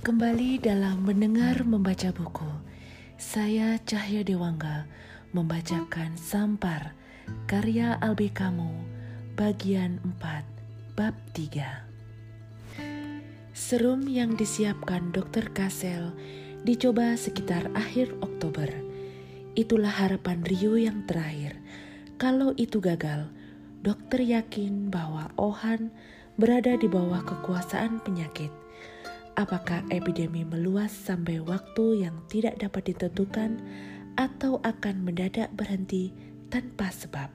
Kembali dalam mendengar membaca buku, saya Cahya Dewangga membacakan Sampar, karya Albe Camus, bagian 4, bab 3. Serum yang disiapkan Dr. Cassel dicoba sekitar akhir Oktober. Itulah harapan Ryu yang terakhir. Kalau itu gagal, dokter yakin bahwa Ohan berada di bawah kekuasaan penyakit. Apakah epidemi meluas sampai waktu yang tidak dapat ditentukan atau akan mendadak berhenti tanpa sebab?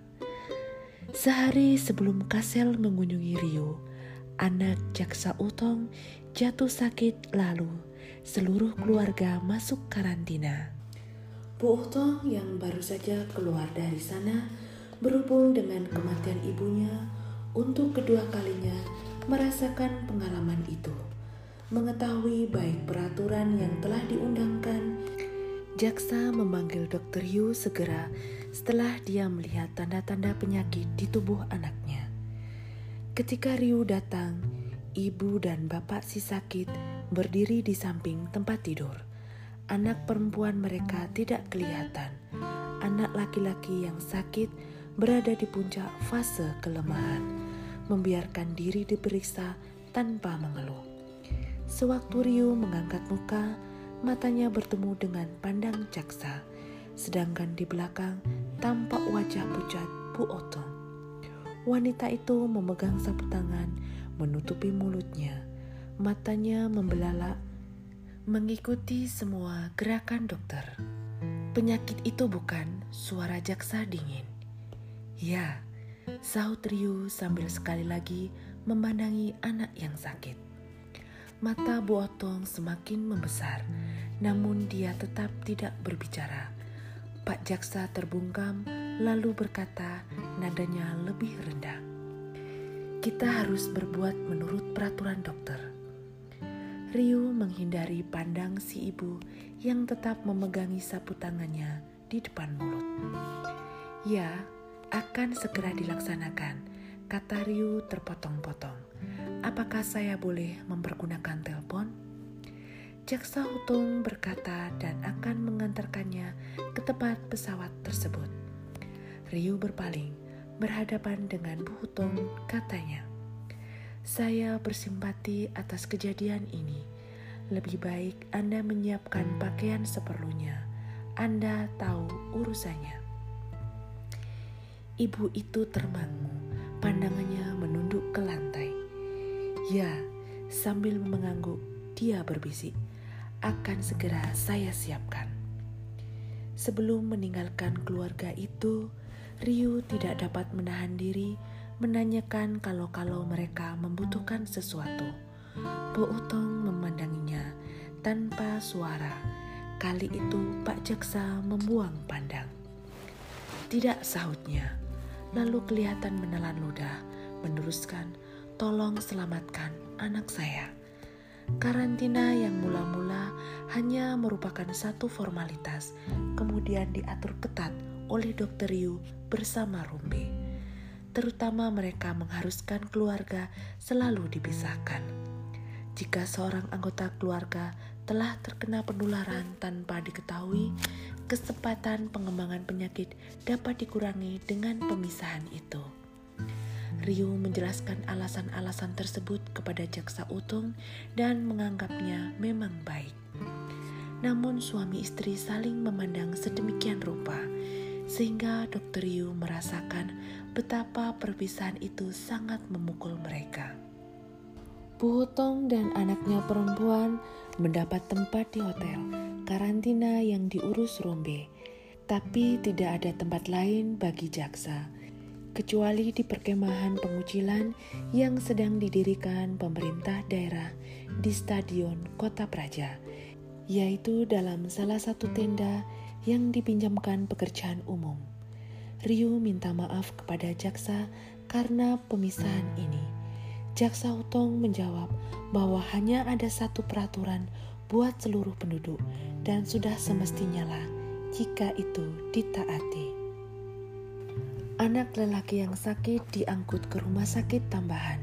Sehari sebelum Cassel mengunjungi Ryu, anak Jaksa Utong jatuh sakit lalu seluruh keluarga masuk karantina. Bu Utong yang baru saja keluar dari sana berhubung dengan kematian ibunya untuk kedua kalinya merasakan pengalaman itu. Mengetahui baik peraturan yang telah diundangkan, jaksa memanggil Dr. Yu segera setelah dia melihat tanda-tanda penyakit di tubuh anaknya. Ketika Ryu datang, ibu dan bapak si sakit berdiri di samping tempat tidur. Anak perempuan mereka tidak kelihatan. Anak laki-laki yang sakit berada di puncak fase kelemahan, membiarkan diri diperiksa tanpa mengeluh. Sewaktu Ryu mengangkat muka, matanya bertemu dengan pandang jaksa, sedangkan di belakang tampak wajah pucat Bu Otong. Wanita itu memegang sapu tangan, menutupi mulutnya, matanya membelalak, mengikuti semua gerakan dokter. Penyakit itu bukan, suara jaksa dingin. Ya, sahut Ryu sambil sekali lagi memandangi anak yang sakit. Mata Bu Otong semakin membesar, namun dia tetap tidak berbicara. Pak Jaksa terbungkam lalu berkata, nadanya lebih rendah. Kita harus berbuat menurut peraturan dokter. Ryu menghindari pandang si ibu yang tetap memegangi sapu tangannya di depan mulut. Ya, akan segera dilaksanakan, kata Ryu terpotong-potong. Apakah saya boleh mempergunakan telepon? Jaksa Utong berkata dan akan mengantarkannya ke tempat pesawat tersebut. Ryu berpaling, berhadapan dengan Bu Utong, katanya. Saya bersimpati atas kejadian ini. Lebih baik Anda menyiapkan pakaian seperlunya. Anda tahu urusannya. Ibu itu termangu, pandangannya menunduk ke lantai. Ya, sambil mengangguk, dia berbisik, akan segera saya siapkan. Sebelum meninggalkan keluarga itu, Ryu tidak dapat menahan diri menanyakan kalau mereka membutuhkan sesuatu. Bu Utong memandanginya tanpa suara. Kali itu Pak Jaksa membuang pandang. Tidak, sahutnya, lalu kelihatan menelan ludah, meneruskan, tolong selamatkan anak saya. Karantina yang mula-mula hanya merupakan satu formalitas, kemudian diatur ketat oleh Dr. Yu bersama Rumbe. Terutama mereka mengharuskan keluarga selalu dipisahkan. Jika seorang anggota keluarga telah terkena penularan tanpa diketahui, kesempatan pengembangan penyakit dapat dikurangi dengan pemisahan itu. Ryu menjelaskan alasan-alasan tersebut kepada Jaksa Utong dan menganggapnya memang baik. Namun suami istri saling memandang sedemikian rupa, sehingga Dr. Ryu merasakan betapa perpisahan itu sangat memukul mereka. Bu Utong dan anaknya perempuan mendapat tempat di hotel karantina yang diurus Rumbe, tapi tidak ada tempat lain bagi jaksa, kecuali di perkemahan pengucilan yang sedang didirikan pemerintah daerah di Stadion Kota Praja, yaitu dalam salah satu tenda yang dipinjamkan pekerjaan umum. Ryu minta maaf kepada jaksa karena pemisahan ini. Jaksa Utong menjawab bahwa hanya ada satu peraturan buat seluruh penduduk dan sudah semestinya lah jika itu ditaati. Anak lelaki yang sakit diangkut ke rumah sakit tambahan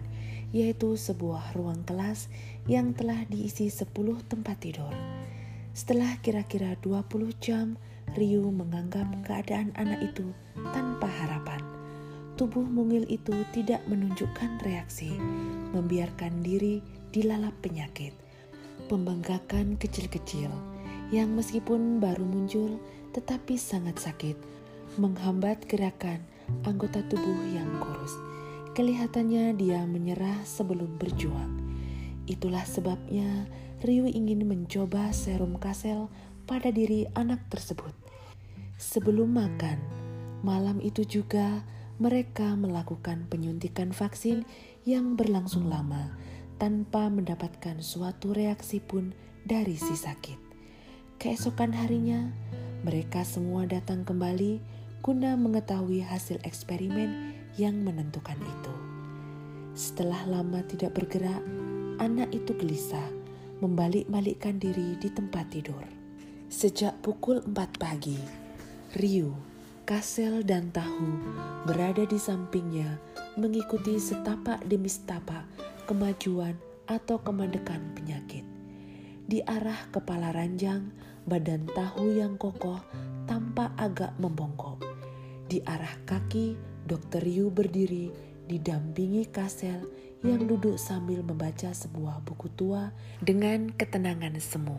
yaitu sebuah ruang kelas yang telah diisi 10 tempat tidur. Setelah kira-kira 20 jam, Ryu menganggap keadaan anak itu tanpa harapan. Tubuh mungil itu tidak menunjukkan reaksi, membiarkan diri dilalap penyakit. Pembengkakan kecil-kecil yang meskipun baru muncul tetapi sangat sakit, menghambat gerakan anggota tubuh yang kurus. Kelihatannya dia menyerah sebelum berjuang. Itulah sebabnya Ryu ingin mencoba serum Casel pada diri anak tersebut. Sebelum makan, malam itu juga mereka melakukan penyuntikan vaksin yang berlangsung lama tanpa mendapatkan suatu reaksi pun dari si sakit. Keesokan harinya, mereka semua datang kembali guna mengetahui hasil eksperimen yang menentukan itu. Setelah lama tidak bergerak, anak itu gelisah, membalik-balikkan diri di tempat tidur. Sejak pukul 4 pagi, Ryu, Casel, dan Tahu berada di sampingnya mengikuti setapak demi setapak kemajuan atau kemandekan penyakit. Di arah kepala ranjang, badan Tahu yang kokoh tampak agak membongkok. Di arah kaki, Dr. Ryu berdiri didampingi Casel yang duduk sambil membaca sebuah buku tua dengan ketenangan semu.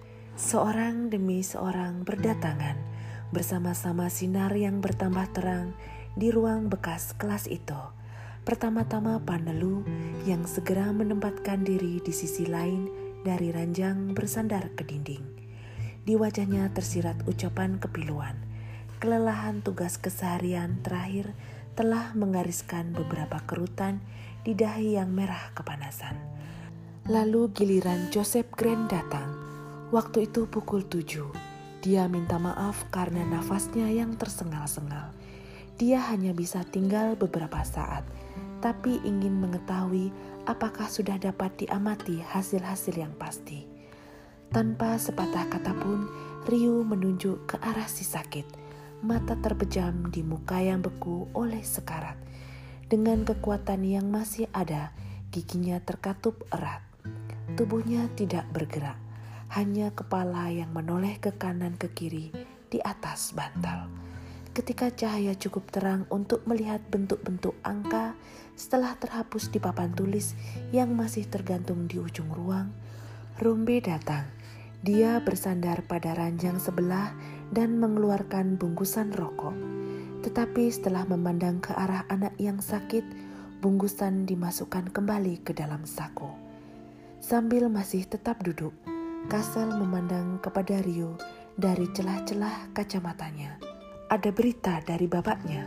Seorang demi seorang berdatangan bersama-sama sinar yang bertambah terang di ruang bekas kelas itu. Pertama-tama Panelu yang segera menempatkan diri di sisi lain dari ranjang bersandar ke dinding. Di wajahnya tersirat ucapan kepiluan. Kelelahan tugas keseharian terakhir telah menggariskan beberapa kerutan di dahi yang merah kepanasan. Lalu giliran Joseph Grant datang. Waktu itu pukul 7. Dia minta maaf karena nafasnya yang tersengal-sengal. Dia hanya bisa tinggal beberapa saat, tapi ingin mengetahui apakah sudah dapat diamati hasil-hasil yang pasti. Tanpa sepatah kata pun, Ryu menunjuk ke arah si sakit. Mata terpejam di muka yang beku oleh sekarat. Dengan kekuatan yang masih ada, giginya terkatup erat. Tubuhnya tidak bergerak, hanya kepala yang menoleh ke kanan ke kiri di atas bantal. Ketika cahaya cukup terang untuk melihat bentuk-bentuk angka setelah terhapus di papan tulis yang masih tergantung di ujung ruang, Rumbe datang. Dia bersandar pada ranjang sebelah dan mengeluarkan bungkusan rokok. Tetapi setelah memandang ke arah anak yang sakit, bungkusan dimasukkan kembali ke dalam saku. Sambil masih tetap duduk, Casel memandang kepada Ryu dari celah-celah kacamatanya. Ada berita dari bapaknya?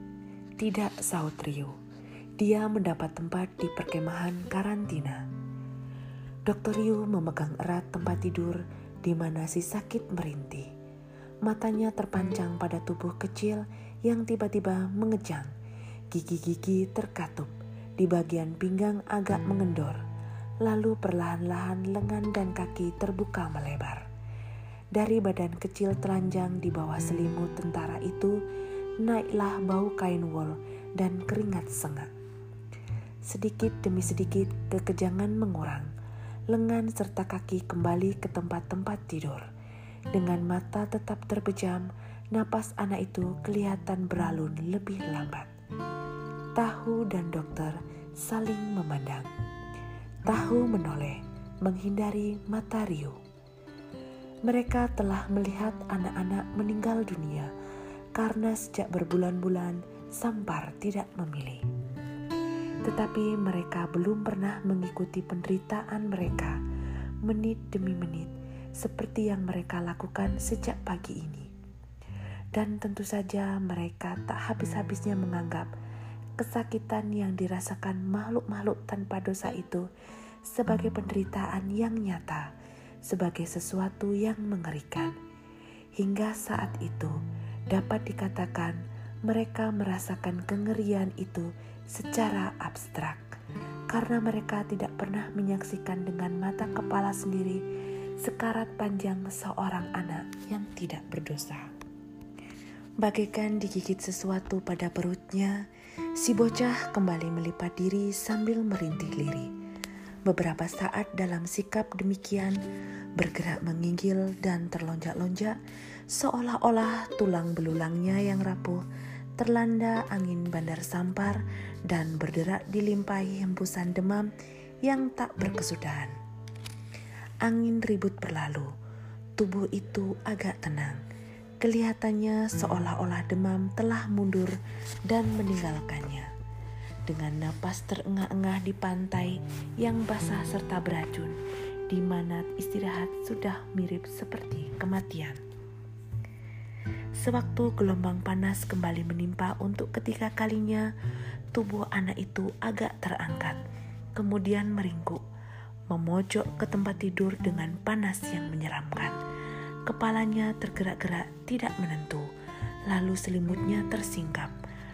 Tidak, sahut Ryu. Dia mendapat tempat di perkemahan karantina. Dr. Ryu memegang erat tempat tidur di mana si sakit merintih. Matanya terpancang pada tubuh kecil yang tiba-tiba mengejang. Gigi-gigi terkatup, di bagian pinggang agak mengendor. Lalu perlahan-lahan lengan dan kaki terbuka melebar. Dari badan kecil telanjang di bawah selimut tentara itu, naiklah bau kain wol dan keringat sengak. Sedikit demi sedikit kekejangan mengurang. Lengan serta kaki kembali ke tempat-tempat tidur. Dengan mata tetap terpejam, napas anak itu kelihatan beralun lebih lambat. Tahu dan dokter saling memandang. Tahu menoleh, menghindari mata Ryu. Mereka telah melihat anak-anak meninggal dunia karena sejak berbulan-bulan Sampar tidak memilih. Tetapi mereka belum pernah mengikuti penderitaan mereka menit demi menit seperti yang mereka lakukan sejak pagi ini. Dan tentu saja mereka tak habis-habisnya menganggap kesakitan yang dirasakan makhluk-makhluk tanpa dosa itu sebagai penderitaan yang nyata, sebagai sesuatu yang mengerikan. Hingga saat itu dapat dikatakan mereka merasakan kengerian itu secara abstrak, karena mereka tidak pernah menyaksikan dengan mata kepala sendiri sekarat panjang seorang anak yang tidak berdosa. Bagaikan digigit sesuatu pada perutnya, Si bocah kembali melipat diri sambil merintih lirih. Beberapa saat dalam sikap demikian, bergerak menginggil dan terlonjak-lonjak, seolah-olah tulang belulangnya yang rapuh terlanda angin bandar sampar dan berderak dilimpahi hembusan demam yang tak berkesudahan. Angin ribut berlalu, tubuh itu agak tenang. Kelihatannya seolah-olah demam telah mundur dan meninggalkannya. Dengan napas terengah-engah di pantai yang basah serta beracun, di mana istirahat sudah mirip seperti kematian. Sewaktu gelombang panas kembali menimpa untuk ketiga kalinya, tubuh anak itu agak terangkat, kemudian meringkuk, memojok ke tempat tidur dengan panas yang menyeramkan. Kepalanya tergerak-gerak tidak menentu, lalu selimutnya tersingkap.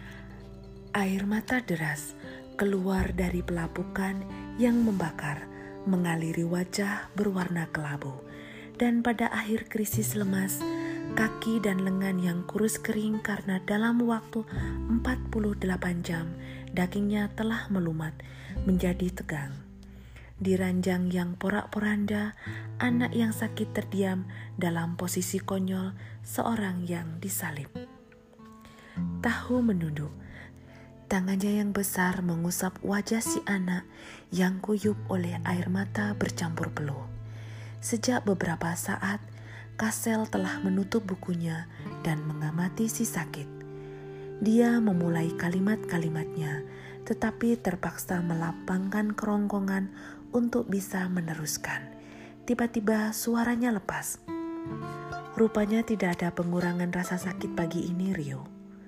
Air mata deras keluar dari pelapukan yang membakar, mengaliri wajah berwarna kelabu. Dan pada akhir krisis lemas, kaki dan lengan yang kurus kering karena dalam waktu 48 jam dagingnya telah melumat menjadi tegang. Di ranjang yang porak-poranda, anak yang sakit terdiam dalam posisi konyol seorang yang disalib. Tahu menunduk, tangannya yang besar mengusap wajah si anak yang kuyup oleh air mata bercampur peluh. Sejak beberapa saat, Kasel telah menutup bukunya dan mengamati si sakit. Dia memulai kalimat-kalimatnya, tetapi terpaksa melapangkan kerongkongan untuk bisa meneruskan. Tiba-tiba suaranya lepas. Rupanya tidak ada pengurangan rasa sakit pagi ini, Rio.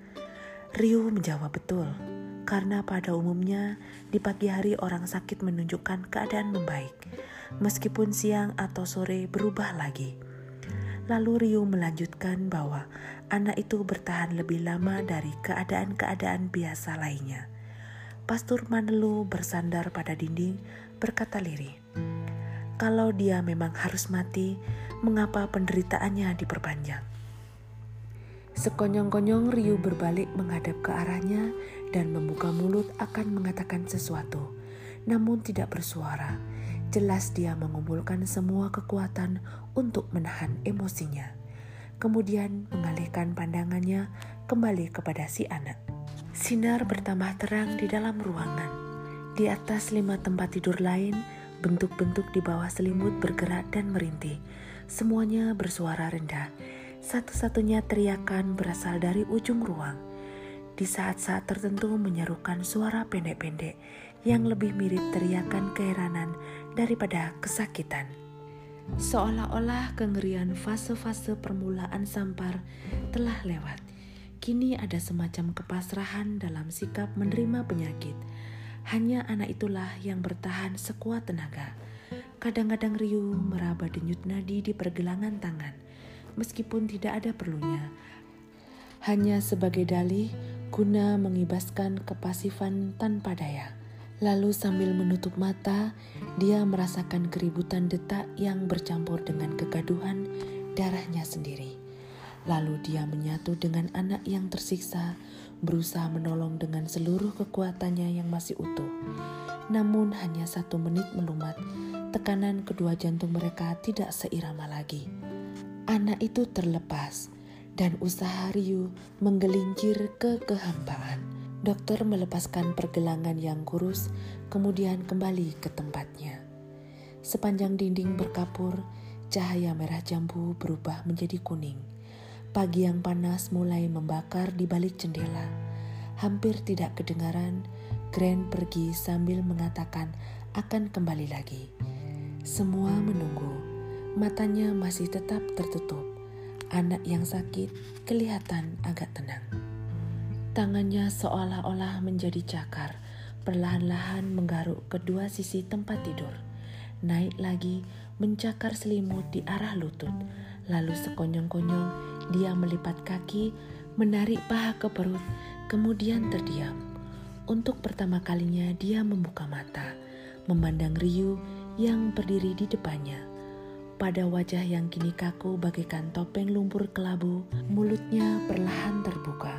Rio menjawab betul, karena pada umumnya di pagi hari orang sakit menunjukkan keadaan membaik, meskipun siang atau sore berubah lagi. Lalu Rio melanjutkan bahwa anak itu bertahan lebih lama dari keadaan-keadaan biasa lainnya. Pastur Manelu bersandar pada dinding, berkata lirih, "Kalau dia memang harus mati, mengapa penderitaannya diperpanjang?" Sekonyong-konyong Rio berbalik menghadap ke arahnya dan membuka mulut akan mengatakan sesuatu, namun tidak bersuara. Jelas dia mengumpulkan semua kekuatan untuk menahan emosinya. Kemudian mengalihkan pandangannya kembali kepada si anak. Sinar bertambah terang di dalam ruangan. Di atas 5 tempat tidur lain, bentuk-bentuk di bawah selimut bergerak dan merintih. Semuanya bersuara rendah. Satu-satunya teriakan berasal dari ujung ruang. Di saat-saat tertentu menyerukan suara pendek-pendek yang lebih mirip teriakan keheranan daripada kesakitan. Seolah-olah kengerian fase-fase permulaan sampar telah lewat. Kini ada semacam kepasrahan dalam sikap menerima penyakit. Hanya anak itulah yang bertahan sekuat tenaga. Kadang-kadang Rio meraba denyut nadi di pergelangan tangan, meskipun tidak ada perlunya. Hanya sebagai dalih guna mengibaskan kepasifan tanpa daya. Lalu sambil menutup mata, dia merasakan keributan detak yang bercampur dengan kegaduhan darahnya sendiri. Lalu dia menyatu dengan anak yang tersiksa, berusaha menolong dengan seluruh kekuatannya yang masih utuh. Namun hanya 1 menit melumat, tekanan kedua jantung mereka tidak seirama lagi. Anak itu terlepas, dan usaha Rio menggelincir ke kehampaan. Dokter melepaskan pergelangan yang kurus, kemudian kembali ke tempatnya. Sepanjang dinding berkapur, cahaya merah jambu berubah menjadi kuning. Pagi yang panas mulai membakar di balik jendela. Hampir tidak kedengaran, Grant pergi sambil mengatakan akan kembali lagi. Semua menunggu, matanya masih tetap tertutup. Anak yang sakit kelihatan agak tenang. Tangannya seolah-olah menjadi cakar, perlahan-lahan menggaruk kedua sisi tempat tidur. Naik lagi, mencakar selimut di arah lutut. Lalu sekonyong-konyong dia melipat kaki, menarik paha ke perut, kemudian terdiam. Untuk pertama kalinya dia membuka mata, memandang Rio yang berdiri di depannya. Pada wajah yang kini kaku bagaikan topeng lumpur kelabu, mulutnya perlahan terbuka.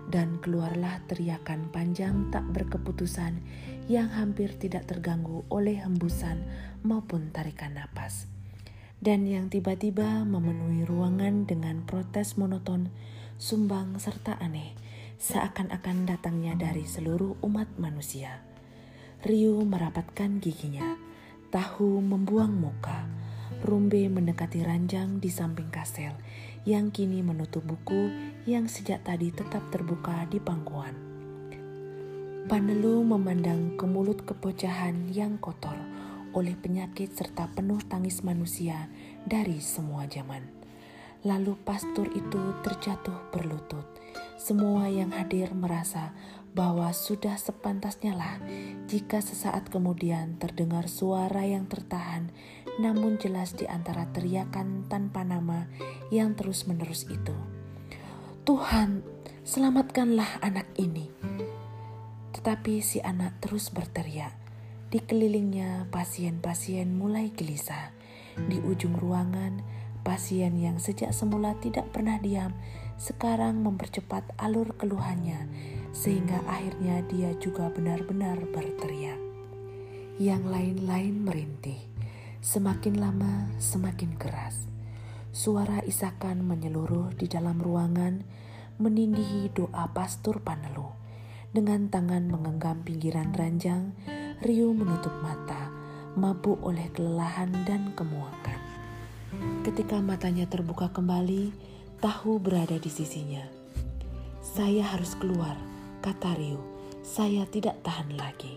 dan keluarlah teriakan panjang tak berkeputusan yang hampir tidak terganggu oleh hembusan maupun tarikan napas, dan yang tiba-tiba memenuhi ruangan dengan protes monoton, sumbang serta aneh, seakan-akan datangnya dari seluruh umat manusia. Ryu merapatkan giginya, Tahu membuang muka, Rumbe mendekati ranjang di samping kastel yang kini menutup buku yang sejak tadi tetap terbuka di pangkuan. Panelu memandang ke mulut kepocahan yang kotor oleh penyakit serta penuh tangis manusia dari semua zaman. Lalu pastor itu terjatuh berlutut. Semua yang hadir merasa bahwa sudah sepantasnya lah jika sesaat kemudian terdengar suara yang tertahan namun jelas di antara teriakan tanpa nama yang terus-menerus itu. Tuhan, selamatkanlah anak ini. Tetapi si anak terus berteriak. Dikelilingnya pasien-pasien mulai gelisah. Di ujung ruangan, pasien yang sejak semula tidak pernah diam sekarang mempercepat alur keluhannya sehingga akhirnya dia juga benar-benar berteriak. Yang lain-lain merintih. Semakin lama semakin keras. Suara isakan menyeluruh di dalam ruangan menindih doa pastor Panelu. Dengan tangan menggenggam pinggiran ranjang, Ryu menutup mata, mabuk oleh kelelahan dan kemuakan. Ketika matanya terbuka kembali, Tahu berada di sisinya. Saya harus keluar, kata Ryu. Saya tidak tahan lagi.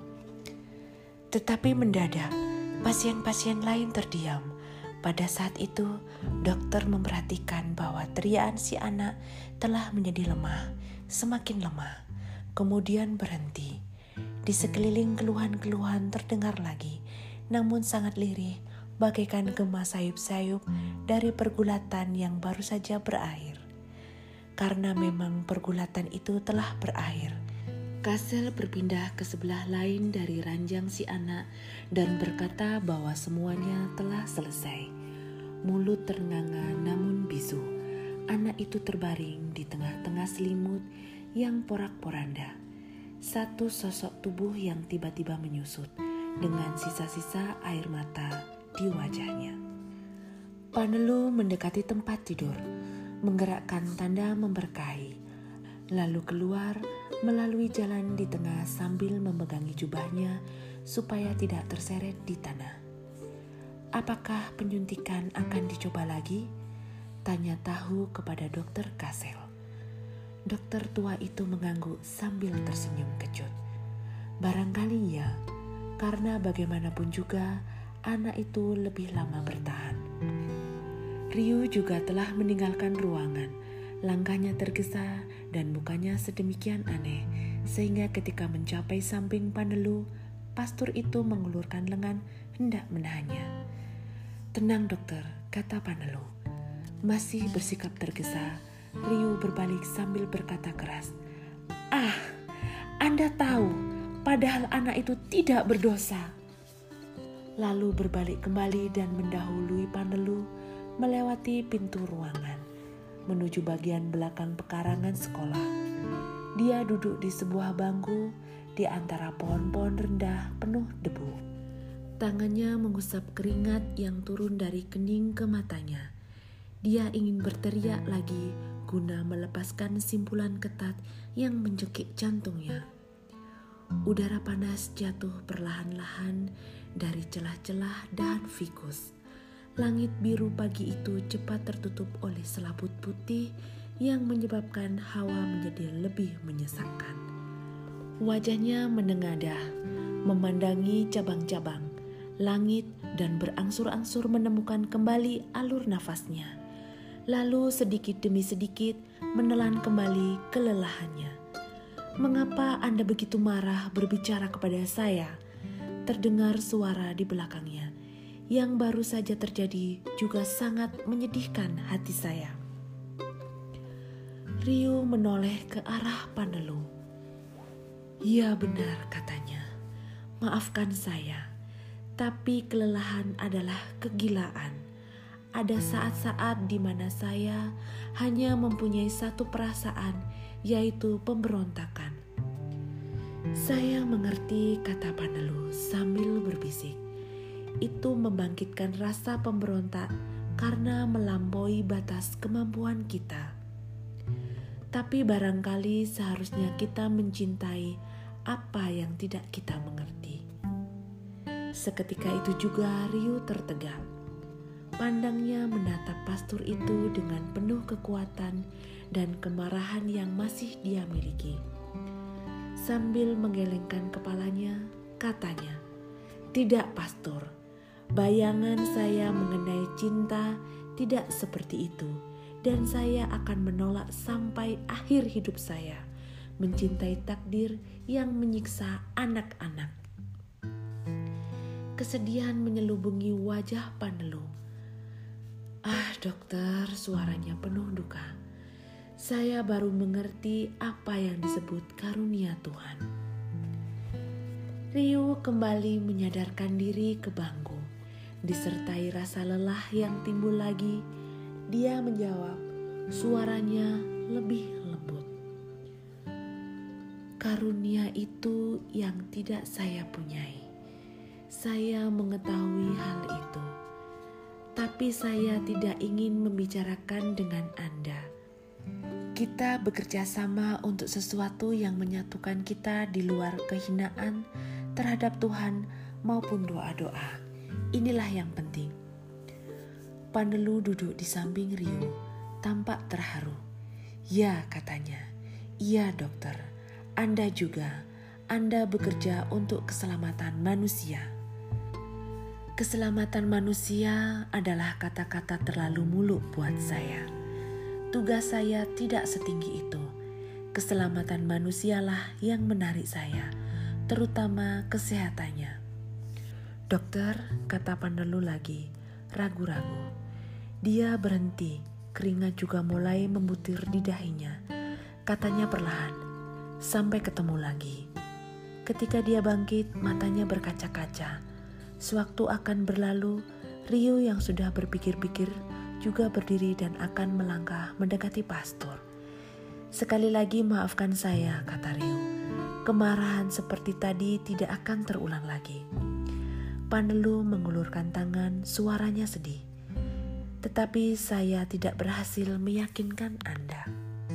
Tetapi mendadak, pasien-pasien lain terdiam. Pada saat itu, dokter memperhatikan bahwa teriakan si anak telah menjadi lemah, semakin lemah, kemudian berhenti. Di sekeliling keluhan-keluhan terdengar lagi, namun sangat lirih, bagaikan gema sayup-sayup dari pergulatan yang baru saja berakhir. Karena memang pergulatan itu telah berakhir, Kasel berpindah ke sebelah lain dari ranjang si anak dan berkata bahwa semuanya telah selesai. Mulut ternganga namun bisu. Anak itu terbaring di tengah-tengah selimut yang porak-poranda. Satu sosok tubuh yang tiba-tiba menyusut dengan sisa-sisa air mata di wajahnya. Panelu mendekati tempat tidur, menggerakkan tanda memberkahi, lalu keluar melalui jalan di tengah sambil memegangi jubahnya supaya tidak terseret di tanah. Apakah penyuntikan akan dicoba lagi? Tanya Tahu kepada dokter Kasel. Dokter tua itu mengangguk sambil tersenyum kecut. Barangkali ya, karena bagaimanapun juga anak itu lebih lama bertahan. Ryu juga telah meninggalkan ruangan. Langkahnya tergesa dan mukanya sedemikian aneh sehingga ketika mencapai samping Panelu, pastor itu mengulurkan lengan hendak menahannya. Tenang dokter, kata Panelu. Masih bersikap tergesa, Ryu berbalik sambil berkata keras, Anda tahu, padahal anak itu tidak berdosa. Lalu berbalik kembali dan mendahului Panelu melewati pintu ruangan menuju bagian belakang pekarangan sekolah. Dia duduk di sebuah bangku di antara pohon-pohon rendah penuh debu. Tangannya mengusap keringat yang turun dari kening ke matanya. Dia ingin berteriak lagi guna melepaskan simpulan ketat yang mencekik jantungnya. Udara panas jatuh perlahan-lahan dari celah-celah dahan fikus. Langit biru pagi itu cepat tertutup oleh selaput putih yang menyebabkan hawa menjadi lebih menyesakkan. Wajahnya menengadah, memandangi cabang-cabang langit dan berangsur-angsur menemukan kembali alur nafasnya. Lalu sedikit demi sedikit menelan kembali kelelahannya. Mengapa Anda begitu marah berbicara kepada saya? Terdengar suara di belakangnya. Yang baru saja terjadi juga sangat menyedihkan hati saya. Ryu menoleh ke arah Panelu. Ya benar katanya, maafkan saya, tapi kelelahan adalah kegilaan. Ada saat-saat di mana saya hanya mempunyai satu perasaan yaitu pemberontakan. Saya mengerti, kata Panelu sambil berbisik. Itu membangkitkan rasa pemberontak karena melampaui batas kemampuan kita. Tapi barangkali seharusnya kita mencintai apa yang tidak kita mengerti. Seketika itu juga Ryu tertegang. Pandangnya menatap pastor itu dengan penuh kekuatan dan kemarahan yang masih dia miliki. Sambil menggelengkan kepalanya, katanya, "Tidak, pastor. Bayangan saya mengenai cinta tidak seperti itu, dan saya akan menolak sampai akhir hidup saya mencintai takdir yang menyiksa anak-anak." Kesedihan menyelubungi wajah Panelu. "Ah, dokter," suaranya penuh duka. "Saya baru mengerti apa yang disebut karunia Tuhan." Ryu kembali menyadarkan diri ke bangku. Disertai rasa lelah yang timbul lagi, dia menjawab, suaranya lebih lembut. "Karunia itu yang tidak saya punyai. Saya mengetahui hal itu. Tapi saya tidak ingin membicarakan dengan Anda. Kita bekerja sama untuk sesuatu yang menyatukan kita di luar kehinaan terhadap Tuhan maupun doa-doa. Inilah yang penting." Panelu duduk di samping Ryu, tampak terharu. "Ya," katanya. "Iya, dokter. Anda juga. Anda bekerja untuk keselamatan manusia." Keselamatan manusia adalah kata-kata terlalu muluk buat saya. Tugas saya tidak setinggi itu. Keselamatan manusialah yang menarik saya, terutama kesehatannya. "Dokter," kata Panelu lagi, ragu-ragu. Dia berhenti, keringat juga mulai membutir di dahinya. Katanya perlahan, "Sampai ketemu lagi." Ketika dia bangkit, matanya berkaca-kaca. Sewaktu akan berlalu, Ryu yang sudah berpikir-pikir juga berdiri dan akan melangkah mendekati pastor. "Sekali lagi maafkan saya," kata Ryu. "Kemarahan seperti tadi tidak akan terulang lagi." Panelu mengulurkan tangan, suaranya sedih. "Tetapi saya tidak berhasil meyakinkan Anda."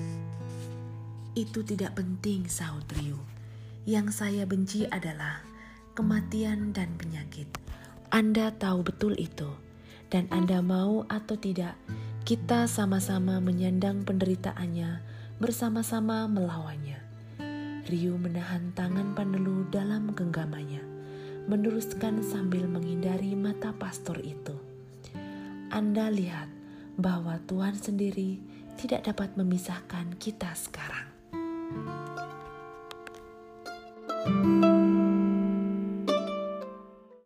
"Itu tidak penting," sahut Ryu. "Yang saya benci adalah kematian dan penyakit. Anda tahu betul itu, dan Anda mau atau tidak, kita sama-sama menyandang penderitaannya, bersama-sama melawannya." Ryu menahan tangan Panelu dalam genggamannya, meneruskan sambil menghindari mata pastor itu. "Anda lihat bahwa Tuhan sendiri tidak dapat memisahkan kita sekarang."